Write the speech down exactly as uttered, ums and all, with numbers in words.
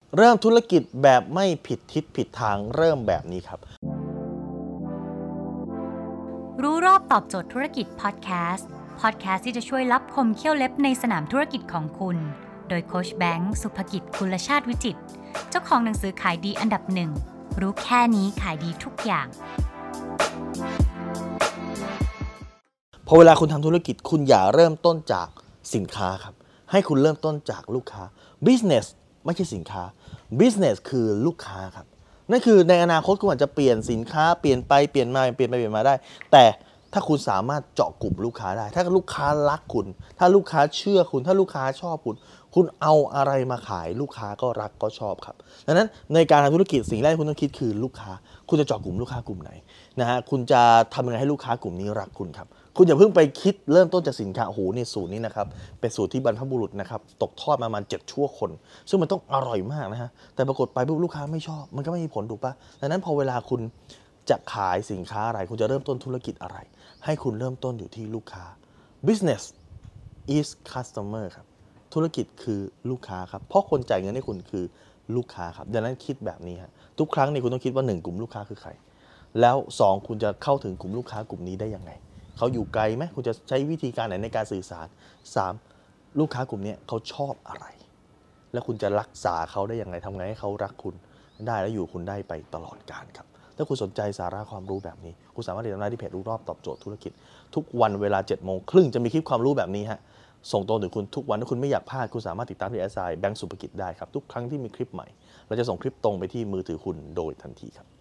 เริ่มธุรกิจแบบไม่ผิดทิศผิดทางเริ่มแบบนี้ครับรู้รอบตอบโจทย์ธุรกิจพอดแคสต์พอดแคสต์ที่จะช่วยลับคมเขี้ยวเล็บในสนามธุรกิจของคุณโดยโค้ชแบงค์สุภกิจกุลชาติวิจิตรเจ้าของหนังสือขายดีอันดับหนึ่งรู้แค่นี้ขายดีทุกอย่างพอเวลาคุณทำธุรกิจคุณอย่าเริ่มต้นจากสินค้าครับให้คุณเริ่มต้นจากลูกค้า business ไม่ใช่สินค้า business คือลูกค้าครับนั่นคือในอนาคตคุณอาจจะเปลี่ยนสินค้าเปลี่ยนไปเปลี่ยนมาเปลี่ยนไปเปลี่ยนมาได้แต่ถ้าคุณสามารถเจาะกลุ่มลูกค้าได้ถ้าลูกค้ารักคุณถ้าลูกค้าเชื่อคุณถ้าลูกค้าชอบคุณคุณเอาอะไรมาขายลูกค้าก็รักก็ชอบครับดังนั้นในการทำธุรกิจสิ่งแรกที่คุณต้องคิดคือลูกค้าคุณจะเจาะกลุ่มลูกค้ากลุ่มไหนนะฮะคุณจะทำยังไงให้ลูกค้ากลุ่มนี้รักคุณครับคุณอย่าเพิ่งไปคิดเริ่มต้นจากสินค้าโอ้โหนี่สูตรนี้นะครับเป็นสูตรที่บรรพบุรุษนะครับตกทอดมาประมาณเจ็ดชั่วคนซึ่งมันต้องอร่อยมากนะฮะแต่ปรากฏไปปุ๊บลูกค้าไม่ชอบมันก็ไม่มีผลถูกปะดังนั้นพอเวลาคุณจะขายสินค้าอะไรคุณจะเริ่มต้นธุรกิจอะไรให้คุณเริ่มต้นอยู่ที่ลูกค้า business is customer ครับธุรกิจคือลูกค้าครับเพราะคนจ่ายเงินให้คุณคือลูกค้าครับดังนั้นคิดแบบนี้ฮะทุกครั้งนี่คุณต้องคิดว่าหนึ่งกลุ่มลูกค้าคือใครแล้วสองคุณจะเข้าถึงกลุ่มลูกค้ากลุ่มนี้ได้ยังไงเขาอยู่ไกลไหมคุณจะใช้วิธีการไหนในการสื่อสารสามลูกค้ากลุ่มนี้เขาชอบอะไรแล้วคุณจะรักษาเขาได้ยังไงทำไงให้เขารักคุณได้และอยู่คุณได้ไปตลอดกาลครับถ้าคุณสนใจสาระความรู้แบบนี้คุณสามารถติดตามได้ที่เพจรู้รอบตอบโจทย์ธุรกิจทุกวันเวลาเจ็ดโมงครึ่งจะมีคลิปความรู้แบบนี้ฮะส่งตรงถึงคุณทุกวันถ้าคุณไม่อยากพลาดคุณสามารถติดตามที่แอสไซน์แบงก์สุภกิจได้ครับทุกครั้งที่มีคลิปใหม่เราจะส่งคลิปตรงไปที่มือถือคุณโดยทันทีครับ